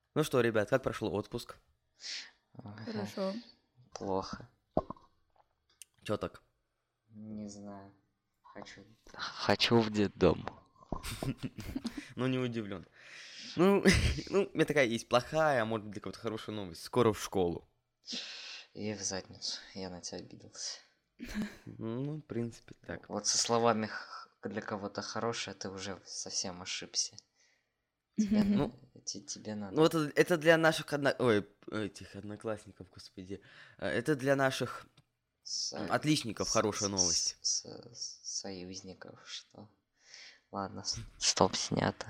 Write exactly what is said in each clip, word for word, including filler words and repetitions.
Ну что, ребят, как прошел отпуск? Ага, Хорошо. плохо. Чё так? Не знаю. Хочу. Хочу в детдом. Ну, не удивлен. Ну, ну, у меня такая есть плохая, а может быть, для кого-то хорошая новость. Скоро в школу. И в задницу. Я на тебя обиделся. Ну, в принципе, так. Вот со словами х- для кого-то хорошее ты уже совсем ошибся. Тебе, Ну, на- те- тебе надо. Ну, это, это для наших одно... Ой, этих одноклассников, господи. Э, Это для наших Со- м, отличников с- хорошая с- новость. с- с- союзников, что? Ладно, с- стоп, снято.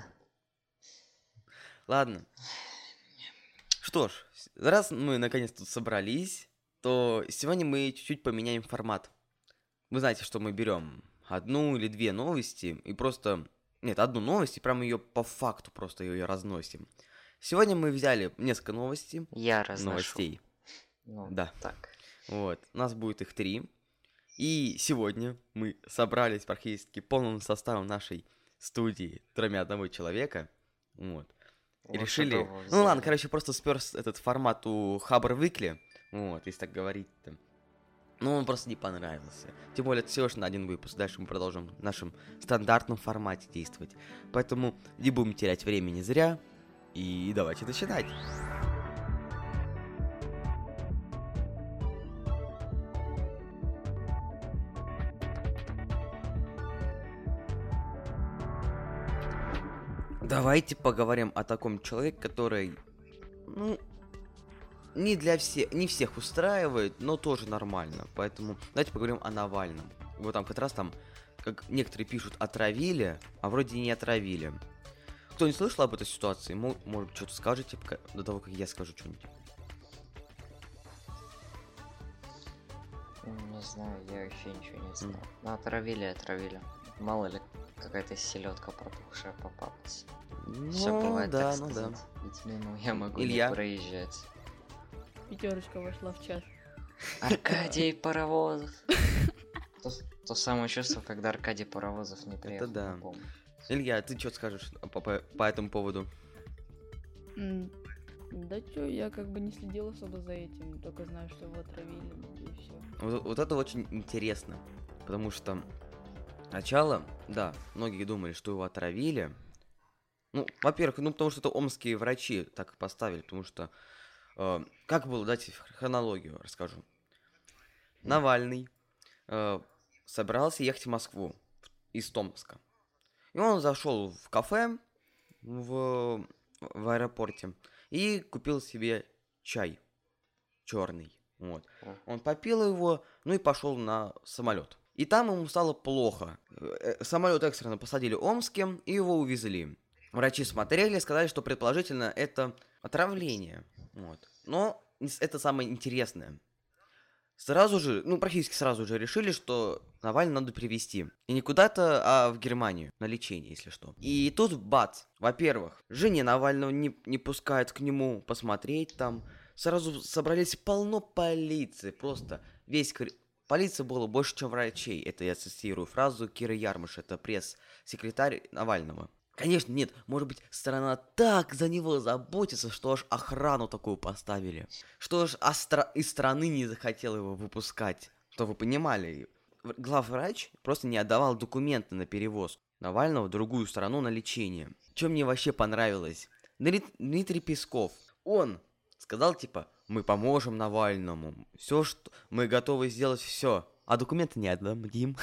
Ладно. Что ж, с- раз мы наконец тут собрались, то сегодня мы чуть-чуть поменяем формат. Вы знаете, что мы берем одну или две новости и просто... Нет, одну новость и прям ее по факту просто ее разносим. Сегодня мы взяли несколько новостей, Я разношу. новостей. Ну, Да. так. Вот, у нас будет их три. И сегодня мы собрались практически полным составом нашей студии, кроме одного человека. Вот. И Лучше решили... бы его Ну ладно, взяли. короче, просто спер этот формат у Хабр Weekly. Вот, если так говорить-то. Ну, он просто не понравился. Тем более, это всего лишь на один выпуск. Дальше мы продолжим в нашем стандартном формате действовать. Поэтому не будем терять времени зря. И давайте начинать. Давайте поговорим о таком человеке, который, ну, не для всех, не всех устраивает, но тоже нормально. Поэтому давайте поговорим о Навальном. Вот там как раз там, как некоторые пишут, отравили, а вроде и не отравили. Кто не слышал об этой ситуации, Мо- может, что-то скажете пока- до того, как я скажу что-нибудь. Не знаю, я вообще ничего не знаю. Ну, отравили, отравили. Мало ли, какая-то селедка протухшая попалась. Все Ну, бывает, да, так ну да. сказать. Ведь мимо я могу Илья? не проезжать. Пятерочка вошла в чат. Аркадий Паровозов. То, то самое чувство, когда Аркадий Паровозов не приехал да. на помощь. Илья, ты что скажешь по, по- по этому поводу? М, Да чё, я как бы не следил особо за этим, только знаю, что его отравили, ну и все. Вот, вот это очень интересно, потому что сначала, да, многие думали, что его отравили. Ну, во-первых, ну потому что это омские врачи так поставили, потому что э, как было, дайте хронологию расскажу. Навальный э, собирался ехать в Москву из Томска, и он зашел в кафе в, в аэропорте и купил себе чай черный. Вот. Он попил его, ну и пошел на самолет. И там ему стало плохо. Э, Самолет экстренно посадили в Омске и его увезли. Врачи смотрели, сказали, что предположительно это отравление. Вот. Но это самое интересное. Сразу же, ну практически сразу же решили, что Навального надо перевести. И не куда-то, а в Германию на лечение, если что. И тут бац. Во-первых, жене Навального не, не пускают к нему посмотреть там. Сразу собрались полно полиции. Просто весь... кор- Полиция было больше, чем врачей. Это я цитирую фразу Киры Ярмыш. Это пресс-секретарь Навального. Конечно, нет, может быть, страна так за него заботится, что аж охрану такую поставили. Что аж астра- из страны не захотел его выпускать. Что вы понимали, в- главврач просто не отдавал документы на перевоз Навального в другую страну на лечение. Что мне вообще понравилось? Дмит- Дмитрий Песков, он сказал типа, мы поможем Навальному, все, что мы готовы сделать, все, а документы не отдадим.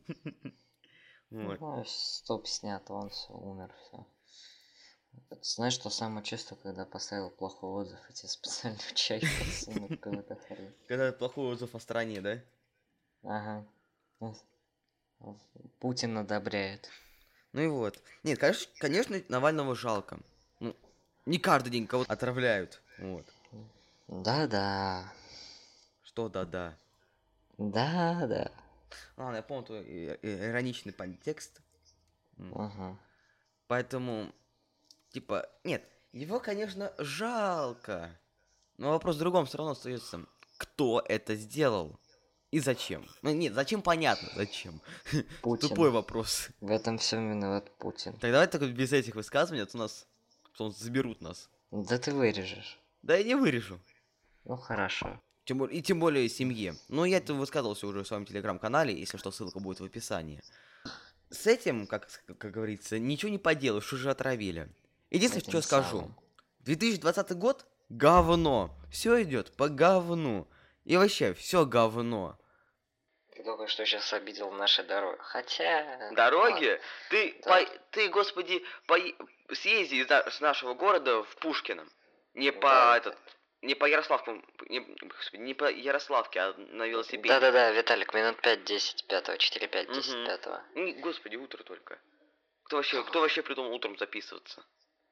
Вот. Ну, стоп, снято, он все, умер, все. Знаешь, что самое чувство, когда поставил плохой отзыв, и тебе специально в чай подсунут какую-то хрень. Когда плохой отзыв о стране, да? Ага. Ну, Путин одобряет. Ну и вот. Нет, конечно, конечно, Навального жалко. Ну, не каждый день кого-то отравляют. Вот. Да-да. Что да-да. Да-да. Ладно, я помню твой и- и- ироничный подтекст. М. Ага. Поэтому, типа, нет, его, конечно, жалко. Но вопрос в другом все равно остается. Кто это сделал? И зачем? Ну нет, зачем понятно, зачем. Путин. Тупой вопрос. В этом все виноват Путин. Так давай только без этих высказываний, а то нас... Потом заберут нас. Да ты вырежешь. Да я не вырежу. Ну хорошо. Тем более, и тем более семье. Но я это высказывался уже в своем телеграм-канале, если что, ссылка будет в описании. С этим, как, как говорится, ничего не поделаешь, уже отравили. Единственное, Этим что скажу. самым. две тысячи двадцатый год говно. Все идет по говну. И вообще, все говно. Ты только что сейчас обидел наши дороги. Хотя... Дороги? ладно. Ты, Да. по- ты, господи, по- съезди из на- с нашего города в Пушкино. Не по Да. этот, не по Ярославку, не, господи, не по Ярославке, а на велосипеде. Да-да-да, Виталик, минут пять-десять пятого, четыре пять десять Мгм. пятого. Не, господи, утро только. Кто вообще, кто вообще придумал утром записываться?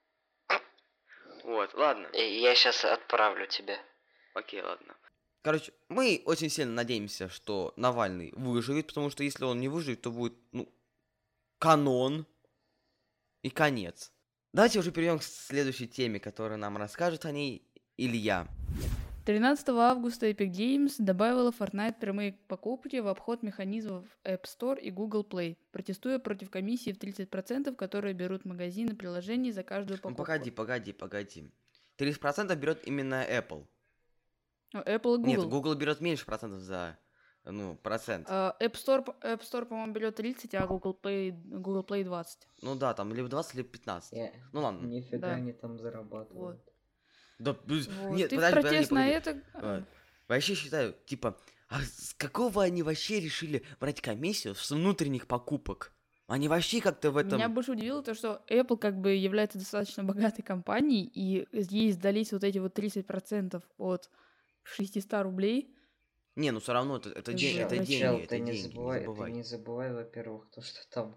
Вот, ладно. И я сейчас отправлю тебе. Окей, ладно. Короче, мы очень сильно надеемся, что Навальный выживет, потому что если он не выживет, то будет, ну, канон и конец. Давайте уже перейдем к следующей теме, которая нам расскажет о ней Илья. тринадцатого августа Epic Games добавила Fortnite прямые покупки в обход механизмов App Store и Google Play, протестуя против комиссии в тридцать процентов, которые берут магазины приложений за каждую Ну, покупку. погоди, погоди, погоди. тридцать процентов берет именно Apple. Ну, Apple и Google. Нет, Google берет меньше процентов за, ну, процент. А, App Store, п- App Store, по-моему, берет тридцать, а Google Play, Google Play двадцать. Ну да, там либо двадцать, либо пятнадцать. Я... Ну ладно. Нифига Да. они там зарабатывают. Да, блин, Вот. нет, И в подожди, протест подожди, на погоди. это... А, Вообще считаю, типа, а с какого они вообще решили брать комиссию с внутренних покупок? Они вообще как-то в этом... Меня больше удивило то, что Apple как бы является достаточно богатой компанией, и ей сдались вот эти вот тридцать процентов от шестисот рублей. Не, ну все равно это, это, Как день- бы это Чел, деньги, Чел, это ты не деньги, забывай, не забывай. ты не забывай, во-первых, то, что там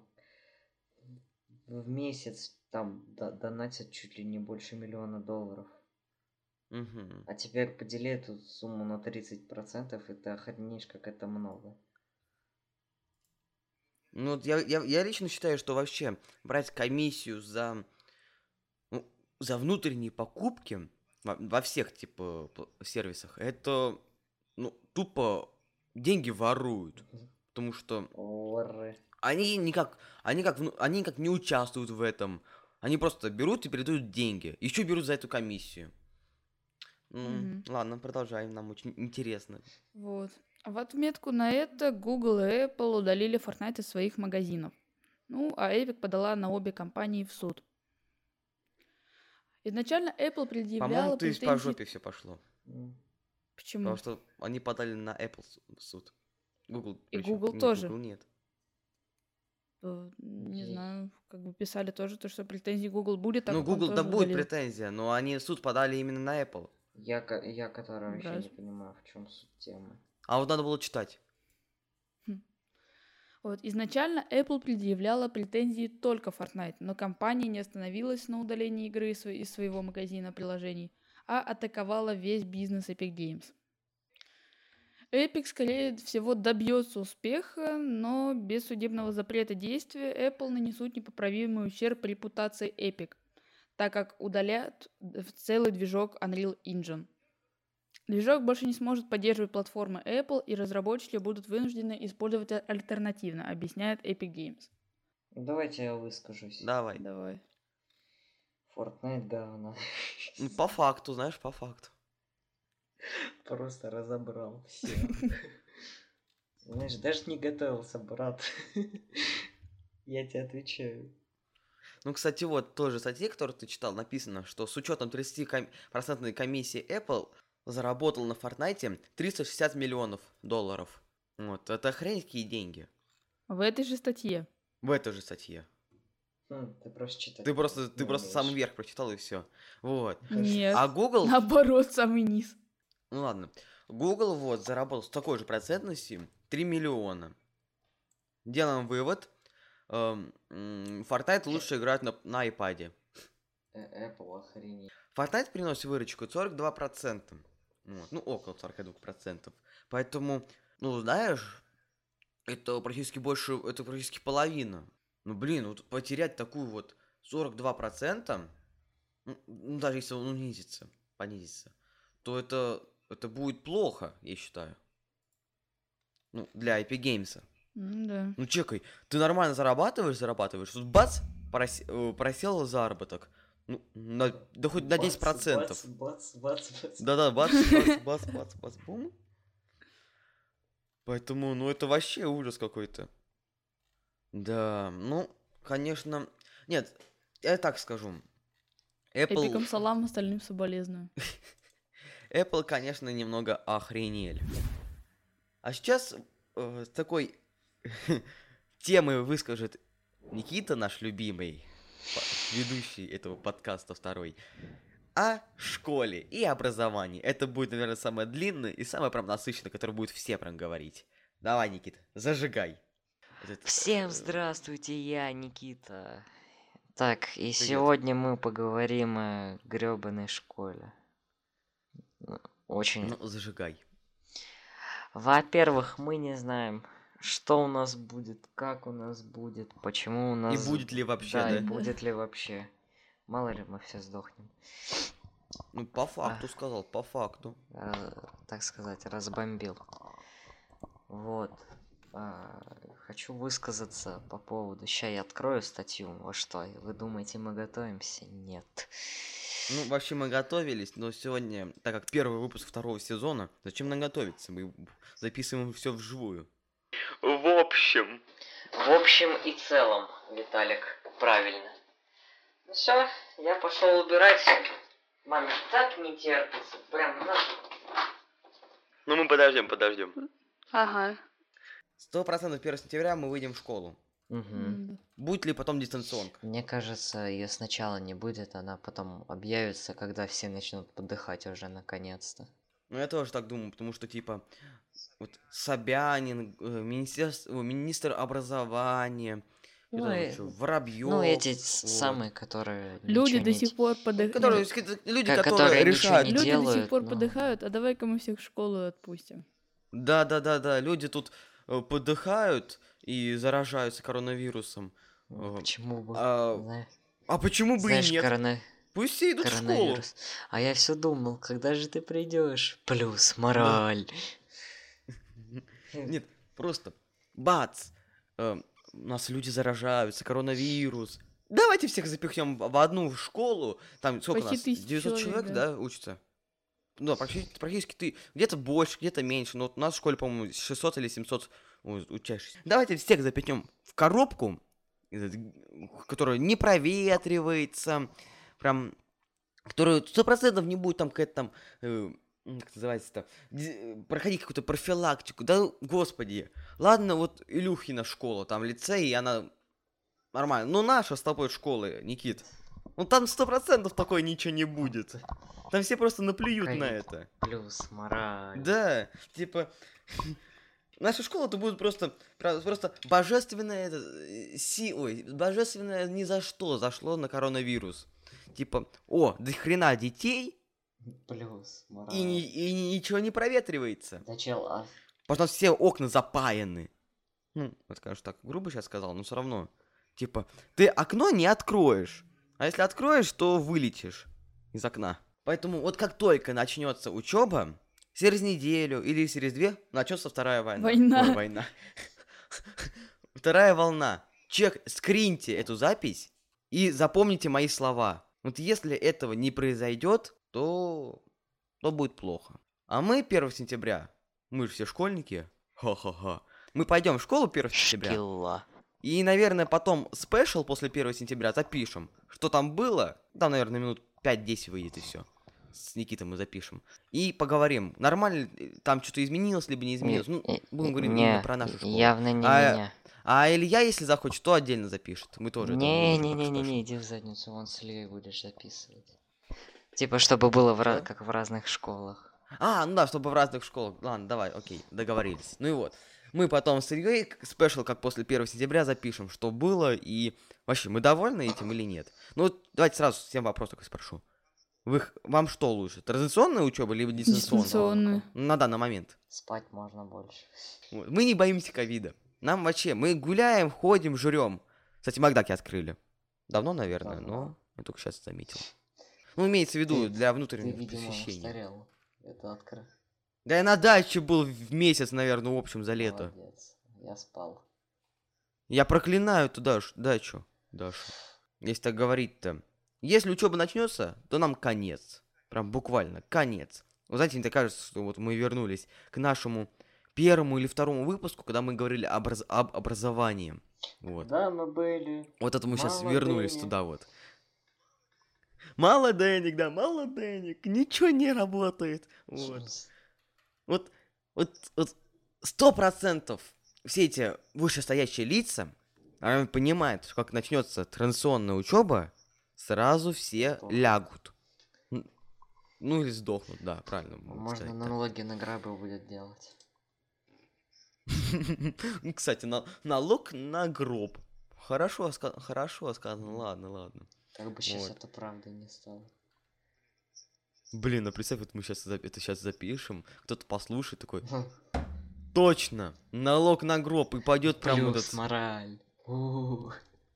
в месяц там до- донатят чуть ли не больше миллиона долларов. Мгм. А теперь подели эту сумму на тридцать процентов, и ты охренеешь, как это много. Ну, вот я, я, я лично считаю, что вообще брать комиссию за, ну, за внутренние покупки во, во всех, типа, п- сервисах, это, ну, тупо деньги воруют. Потому что Оры. они никак, они как, вну- они никак не участвуют в этом. Они просто берут и передают деньги. Еще берут за эту комиссию. Ну, Мгм. ладно, продолжаем, нам очень интересно. Вот. А в отметку на это Google и Apple удалили Fortnite из своих магазинов. Ну, а Epic подала на обе компании в суд. Изначально Apple предъявляла По-моему, ты по претензии... жопе все пошло. М. Почему? Потому что они подали на Apple с- в суд. Google. И причём. Google Нет, тоже. Google нет. Э, Не Ей. знаю, как бы писали тоже то, что претензий Google будет, так Ну, как он Google-то тоже будет удалил. претензия, но они в суд подали именно на Apple. Я, ко- я который вообще не Разве? понимаю, в чем суть темы. А вот надо было читать. Вот, изначально Apple предъявляла претензии только Fortnite, но компания не остановилась на удалении игры из сво- из своего магазина приложений, а атаковала весь бизнес Epic Games. Epic, скорее всего, добьется успеха, но без судебного запрета действия Apple нанесут непоправимый ущерб репутации Epic, так как удалят д- целый движок Unreal Engine. Движок больше не сможет поддерживать платформы Apple, и разработчики будут вынуждены использовать а- альтернативно, объясняет Epic Games. Давайте я выскажусь. Давай. Давай. Fortnite говно. Ну, по факту, знаешь, по факту. Просто разобрал все. Знаешь, даже не готовился, брат. Я тебе отвечаю. Ну, кстати, вот той же статье, которую ты читал, написано, что с учетом тридцать процентов комиссии Apple заработал на Fortnite триста шестьдесят миллионов долларов. Вот, это охренеть какие деньги. В этой же статье. В этой же статье. Хм, ты просто читать. Ты просто, ты не просто умеешь. самый верх прочитал и все. Вот. Нет. А Google... Наоборот, самый низ. Ну ладно. Google вот заработал с такой же процентностью три миллиона. Делаем вывод. эм, м, Fortnite лучше играть на, на iPad. Э, Apple охренеть. Fortnite приносит выручку сорок два процента. Вот, ну, около сорок два процента. Поэтому, ну, знаешь, это практически больше, это практически половина. Ну, блин, вот потерять такую вот сорок два процента, ну, ну, даже если он унизится, понизится, то это, это будет плохо, я считаю. Ну, для Epic Games. М, Да. Ну, чекай, ты нормально зарабатываешь, зарабатываешь, тут бац, просе- э, просел заработок. Ну, на, да хоть на десять процентов. Бац, бац, бац, бац. Да-да, бац, бац, бац, бац, бац, бум. Поэтому, ну, это вообще ужас какой-то. Да, ну, конечно... Нет, я так скажу. Apple, Эпиком салам, остальным соболезную. Apple, конечно, немного охренели. А сейчас э, с такой темы выскажет Никита, наш любимый по- ведущий этого подкаста второй, о школе и образовании. Это будет, наверное, самое длинное и самое прям насыщенное, которое будет все прям говорить. Давай, Никита, зажигай. Этот, Всем э, здравствуйте, я Никита. Так, и Привет. сегодня мы поговорим о грёбаной школе. Ну, Очень... Ну, зажигай. Во-первых, мы не знаем, что у нас будет, как у нас будет, почему у И нас... будет ли вообще, Да, и да? будет ли вообще. Мало ли мы все сдохнем. Ну, по факту сказал, по факту. Раз- так сказать, разбомбил. Вот. А, хочу высказаться по поводу... Сейчас я открою статью. Во что? Вы думаете, мы готовимся? Нет. Ну, вообще мы готовились, но сегодня, так как первый выпуск второго сезона, зачем нам готовиться? Мы записываем все вживую. В общем. В общем и целом, Виталик, правильно. Ну все, я пошел убирать. Маме так не терпится. Прям на... Ну, мы подождем, подождем. Ага. Сто процентов первого сентября мы выйдем в школу. Мгм. М, Будет ли потом дистанционка? Мне кажется, ее сначала не будет, она потом объявится, когда все начнут подыхать уже наконец-то. Ну, я тоже так думаю, потому что, типа, вот Собянин, э, министерство, о, министр образования, Ну, это и- ещё Воробьев, Ну, эти с- вот. самые, которые Люди ничего до не сих д- пор подыхают. Которые, ски- люди, Ко- которые которые ничего решают. не Люди до делают, сих пор но- подыхают, а давай-ка мы всех в школу отпустим. Да, да, да, да. Люди тут э, подыхают и заражаются коронавирусом. Ну, Э, почему бы? а, Зна- а почему бы Знаешь, и нет? корона- Пусть все идут в школу. коронавирус. А я все думал, когда же ты придешь? Плюс мораль. Нет, просто бац. э, у нас люди заражаются, коронавирус. Давайте всех запихнем в в одну школу. Там сколько Почти нас? тысяча девятьсот человек, человек, да. да, учатся? Да, практически, практически ты. Где-то больше, где-то меньше. Но вот у нас в школе, по-моему, шестьсот или семьсот у- учащихся. Давайте всех запихнем в коробку, этот, которая не проветривается, прям, которая сто процентов не будет там какая-то там, э, м, как называется-то, ди- проходить какую-то профилактику. Да, господи. Ладно, вот Илюхина школа, там лицей, и она нормально. Но наша с тобой школа, Никит, ну там сто процентов такой ничего не будет. Там все просто наплюют на Какая- это. Плюс мораль. Да, типа, наша школа это будет просто, про- просто божественное, это, э, си, ой, божественное ни за что зашло на коронавирус. Типа, о, до хрена детей, Плюс мораль. и, ни- и ни- ничего не проветривается. Да чел, а Потому что все окна запаяны. Ну, вот, конечно, так грубо сейчас сказал, но все равно. Типа, ты окно не откроешь. А если откроешь, то вылетишь из окна. Поэтому вот как только начнется учеба, через неделю или через две начнется вторая война. Война. Ой, война. Вторая волна. Чек, скриньте эту запись и запомните мои слова. Вот если этого не произойдет, то, то будет плохо. А мы первого сентября, мы же все школьники, ха-ха-ха, мы пойдем в школу первого сентября. шкила. И, наверное, потом спешл после первого сентября запишем, что там было. Там, наверное, минут пять-десять выйдет и все. С Никитой мы запишем. И поговорим, нормально ли там что-то изменилось, либо не изменилось. Ну, Э, будем э, говорить не, именно про нашу школу. Явно не А, меня. А Илья, если захочет, то отдельно запишет. Мы тоже это выложим как Не-не-не-не, спешл. иди в задницу, вон с Ильей будешь записывать. Типа, чтобы было в ра- Что? как в разных школах. А, ну да, чтобы в разных школах. Ладно, давай, окей, договорились. Ну и вот. Мы потом с Ильей спешл, как после первого сентября, запишем, что было, и вообще, мы довольны этим или нет? Ну вот, давайте сразу всем вопрос такой спрошу. Вы, х- вам что лучше, традиционная учеба, либо дистанционная? Дистанционная. На данный момент. Спать можно больше. Вот. Мы не боимся ковида. Нам вообще, мы гуляем, ходим, жрем. Кстати, Макдаки открыли. Давно, наверное, Давно. но я только сейчас заметил. Ну, имеется в виду Ты- для Ты, внутреннего видимо, посещения. устарел. Это открыл. Да я на даче был в месяц, наверное, в общем, за лето. Молодец. Я спал. Я проклинаю эту Даш, дачу, Дашу. Если так говорить-то. Если учеба начнется, то нам конец. Прям буквально конец. Вы знаете, мне так кажется, что вот мы вернулись к нашему первому или второму выпуску, когда мы говорили образ- об образовании. Вот. Да, мы были. Вот это мы сейчас Мало вернулись денег. туда вот. Мало денег, да, мало денег, ничего не работает. Вот. Вот, вот, вот сто процентов все эти вышестоящие лица, они понимают, что как начнется традиционная учеба, сразу все Сдохнут. лягут. Н- Ну или сдохнут, да, правильно. могу Можно сказать налоги на грабы будет делать. так. Кстати, на- налог на гроб. Хорошо, ска- хорошо сказано, ладно, ладно. Как бы сейчас Вот. это правдой не стало. Блин, а представь, вот мы сейчас это сейчас запишем, кто-то послушает такой, Хм, точно, налог на гроб, и пойдет прям вот Плюс этот, мораль. У.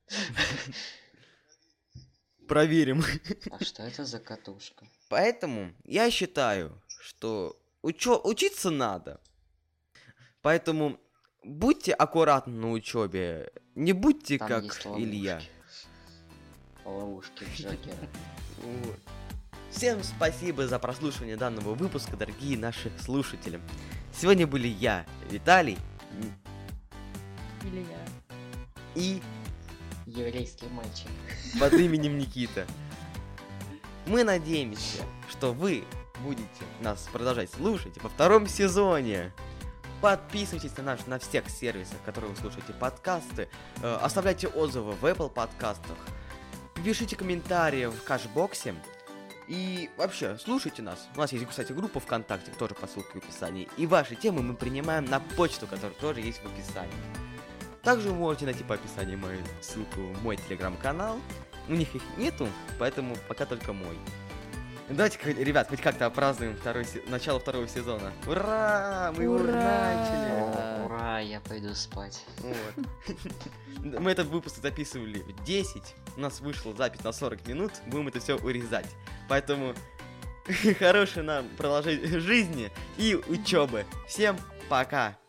проверим. А что это за катушка? Поэтому я считаю, что учё- учиться надо. Поэтому будьте аккуратны на учебе, не будьте Там как есть Илья. ловушки. Ловушки Джокера. Вот. Всем спасибо за прослушивание данного выпуска, дорогие наши слушатели. Сегодня были я, Виталий, м, Или я. и Еврейский мальчик. под именем Никита. Мы надеемся, что вы будете нас продолжать слушать во втором сезоне. Подписывайтесь на нас на всех сервисах, которые вы слушаете подкасты. Э, оставляйте отзывы в Apple подкастах. Пишите комментарии в кашбоксе. И вообще, слушайте нас. У нас есть, кстати, группа ВКонтакте, тоже по ссылке в описании. И ваши темы мы принимаем на почту, которая тоже есть в описании. Также вы можете найти по описанию мою ссылку в мой телеграм-канал. У них их нету, поэтому пока только мой. Давайте, ребят, хоть как-то опразднуем второй се- начало второго сезона. Ура! Мы его Ура! начали! О, ура, я пойду спать. Вот. Мы этот выпуск записывали в десять. У нас вышла запись на сорок минут. Будем это все урезать. Поэтому хорошей нам продолжения жизни и учебы. Всем пока!